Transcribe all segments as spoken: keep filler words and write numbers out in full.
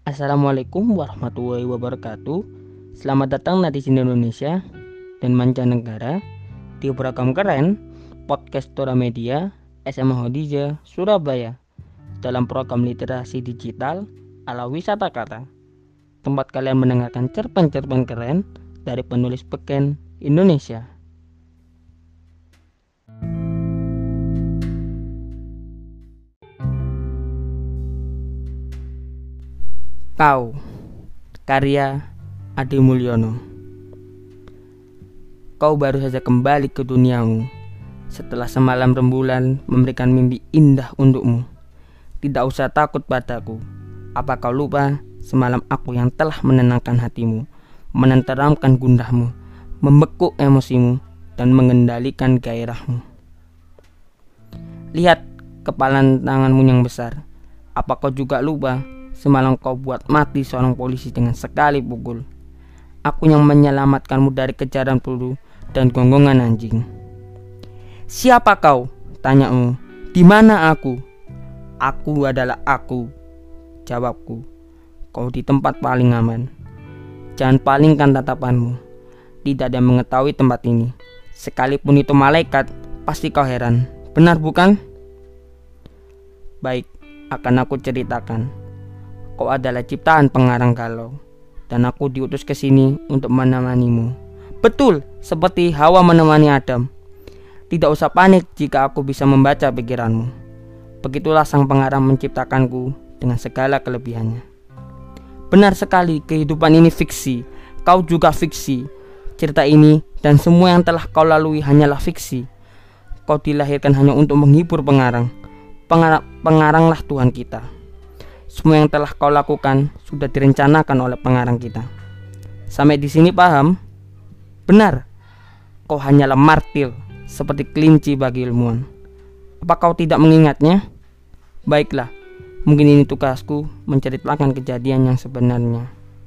Assalamualaikum warahmatullahi wabarakatuh. Selamat datang netizen Indonesia dan mancanegara di program keren podcast Tora Media S M A Hodija Surabaya dalam program literasi digital ala wisata kata. Tempat kalian mendengarkan cerpen-cerpen keren dari penulis beken Indonesia. Kau, karya Adi Mulyono. Kau baru saja kembali ke duniamu setelah semalam rembulan memberikan mimpi indah untukmu. Tidak usah takut padaku. Apa kau lupa semalam aku yang telah menenangkan hatimu, menenteramkan gundahmu, membekuk emosimu, dan mengendalikan gairahmu. Lihat kepalan tanganmu yang besar. Apa kau juga lupa semalam kau buat mati seorang polisi dengan sekali pukul. Aku yang menyelamatkanmu dari kejaran peluru dan gonggongan anjing. Siapa kau? Tanyamu. Di mana aku? Aku adalah aku. Jawabku. Kau di tempat paling aman. Jangan palingkan tatapanmu. Tidak ada yang mengetahui tempat ini. Sekalipun itu malaikat, pasti kau heran. Benar bukan? Baik, akan aku ceritakan. Kau adalah ciptaan pengarang galau, dan aku diutus ke sini untuk menemanimu. Betul, seperti Hawa menemani Adam. Tidak usah panik jika aku bisa membaca pikiranmu. Begitulah sang pengarang menciptakanku dengan segala kelebihannya. Benar sekali, kehidupan ini fiksi. Kau juga fiksi. Cerita ini dan semua yang telah kau lalui hanyalah fiksi. Kau dilahirkan hanya untuk menghibur pengarang. Pengarang pengaranglah Tuhan kita. Semua yang telah kau lakukan sudah direncanakan oleh pengarang kita. Sampai di sini paham? Benar. Kau hanyalah martir, seperti kelinci bagi ilmuwan. Apa kau tidak mengingatnya? Baiklah, mungkin ini tugasku menceritakan kejadian yang sebenarnya.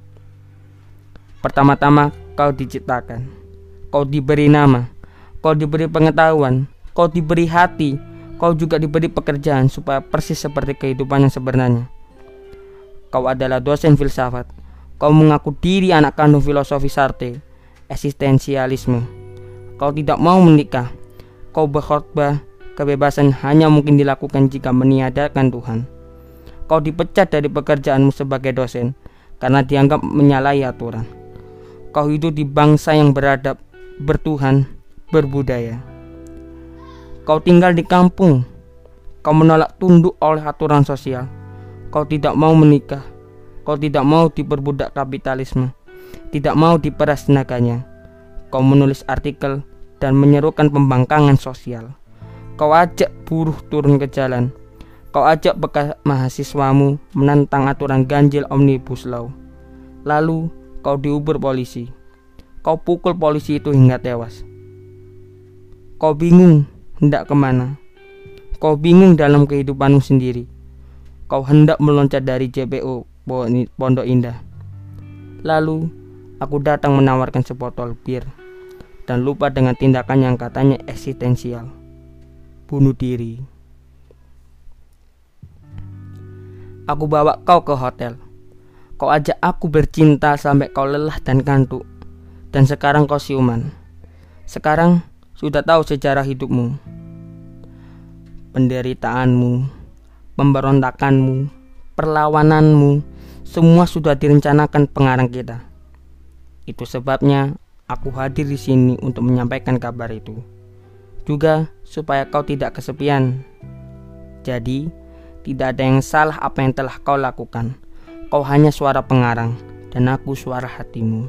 Pertama-tama kau diciptakan. Kau diberi nama. Kau diberi pengetahuan. Kau diberi hati. Kau juga diberi pekerjaan supaya persis seperti kehidupan yang sebenarnya. Kau adalah dosen filsafat. Kau mengaku diri anak kandung filosofi Sartre, eksistensialisme. Kau tidak mau menikah. Kau berkhotbah kebebasan hanya mungkin dilakukan jika meniadakan Tuhan. Kau dipecat dari pekerjaanmu sebagai dosen karena dianggap menyalahi aturan. Kau hidup di bangsa yang beradab, bertuhan, berbudaya. Kau tinggal di kampung. Kau menolak tunduk oleh aturan sosial. Kau tidak mau menikah. Kau tidak mau diperbudak kapitalisme. Tidak mau diperas tenaganya. Kau menulis artikel dan menyerukan pembangkangan sosial. Kau ajak buruh turun ke jalan. Kau ajak bekas mahasiswamu menentang aturan ganjil Omnibus Law. Lalu kau diuber polisi. Kau pukul polisi itu hingga tewas. Kau bingung hendak kemana. Kau bingung dalam kehidupanmu sendiri. Kau hendak meloncat dari J P U Pondok Indah. Lalu aku datang menawarkan sebotol bir dan lupa dengan tindakan yang katanya eksistensial. Bunuh diri. Aku bawa kau ke hotel. Kau ajak aku bercinta sampai kau lelah dan kantuk. Dan sekarang kau siuman. Sekarang sudah tahu sejarah hidupmu, penderitaanmu, pemberontakanmu, perlawananmu, semua sudah direncanakan pengarang kita. Itu sebabnya aku hadir di sini untuk menyampaikan kabar itu. Juga supaya kau tidak kesepian. Jadi, tidak ada yang salah apa yang telah kau lakukan. Kau hanya suara pengarang dan aku suara hatimu.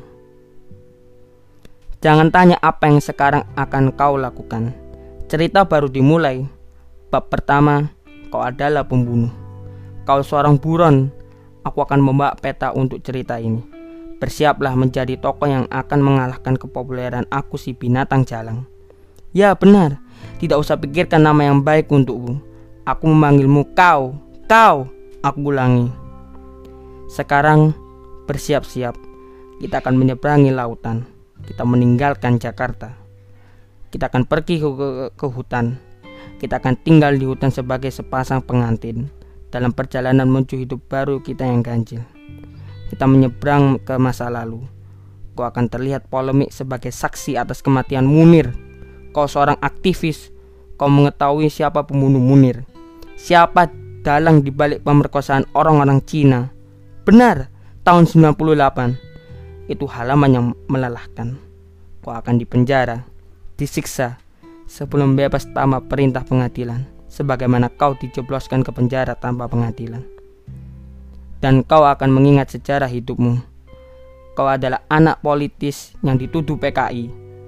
Jangan tanya apa yang sekarang akan kau lakukan. Cerita baru dimulai. Bab pertama, kau adalah pembunuh. Kau seorang buron. Aku akan membawa peta untuk cerita ini. Bersiaplah menjadi tokoh yang akan mengalahkan kepopuleran aku si binatang jalang. Ya benar, tidak usah pikirkan nama yang baik untukmu. Aku memanggilmu kau, kau, aku ulangi. Sekarang bersiap-siap. Kita akan menyeberangi lautan. Kita meninggalkan Jakarta. Kita akan pergi ke, ke, ke hutan. Kita akan tinggal di hutan sebagai sepasang pengantin dalam perjalanan menuju hidup baru kita yang ganjil. kita menyeberang ke masa lalu. Kau akan terlihat polemik sebagai saksi atas kematian Munir. Kau seorang aktivis. Kau mengetahui siapa pembunuh Munir, siapa dalang dibalik pemerkosaan orang-orang Cina. Benar, tahun sembilan puluh delapan. Itu halaman yang melelahkan. Kau akan dipenjara, disiksa, sebelum bebas tanpa perintah pengadilan, sebagaimana kau dijebloskan ke penjara tanpa pengadilan. Dan kau akan mengingat sejarah hidupmu. Kau adalah anak politis yang dituduh P K I.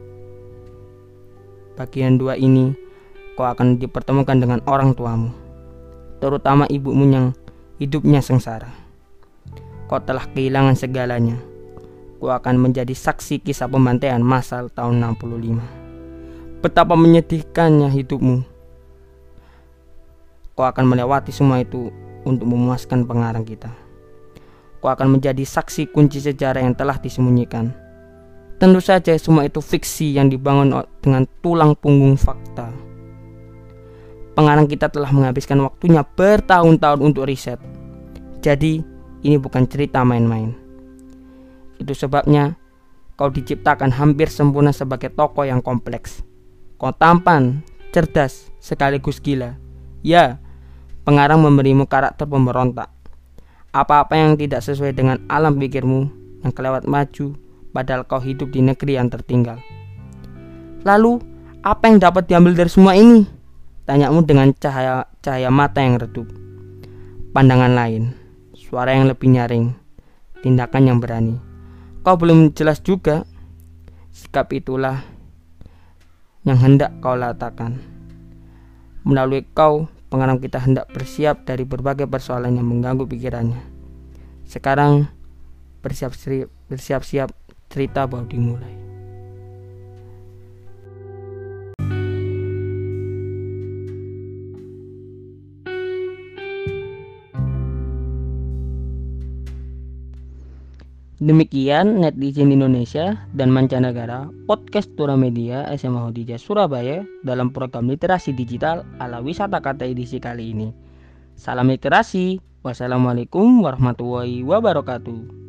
Bagian dua ini kau akan dipertemukan dengan orang tuamu, terutama ibumu yang hidupnya sengsara. Kau telah kehilangan segalanya. Kau akan menjadi saksi kisah pembantaian massal tahun enam puluh lima. Betapa menyedihkannya hidupmu. Kau akan melewati semua itu untuk memuaskan pengarang kita. Kau akan menjadi saksi kunci sejarah yang telah disembunyikan. Tentu saja semua itu fiksi yang dibangun dengan tulang punggung fakta. Pengarang kita telah menghabiskan waktunya bertahun-tahun untuk riset. Jadi ini bukan cerita main-main. Itu sebabnya kau diciptakan hampir sempurna sebagai tokoh yang kompleks. Kau tampan, cerdas, sekaligus gila. Ya, pengarang memberimu karakter pemberontak. Apa-apa yang tidak sesuai dengan alam pikirmu yang kelewat maju, padahal kau hidup di negeri yang tertinggal. Lalu, apa yang dapat diambil dari semua ini? Tanyamu dengan cahaya cahaya mata yang redup. Pandangan lain, suara yang lebih nyaring, tindakan yang berani. Kau belum jelas juga. Sikap itulah yang hendak kau letakkan. Melalui kau, pengarang kita hendak bersiap dari berbagai persoalan yang mengganggu pikirannya. Sekarang bersiap-siap, bersiap-siap cerita baru dimulai. Demikian netizen Indonesia dan mancanegara podcast Turamedia S M A Hodijah Surabaya dalam program literasi digital ala wisata kata edisi kali ini. Salam literasi. Wassalamualaikum warahmatullahi wabarakatuh.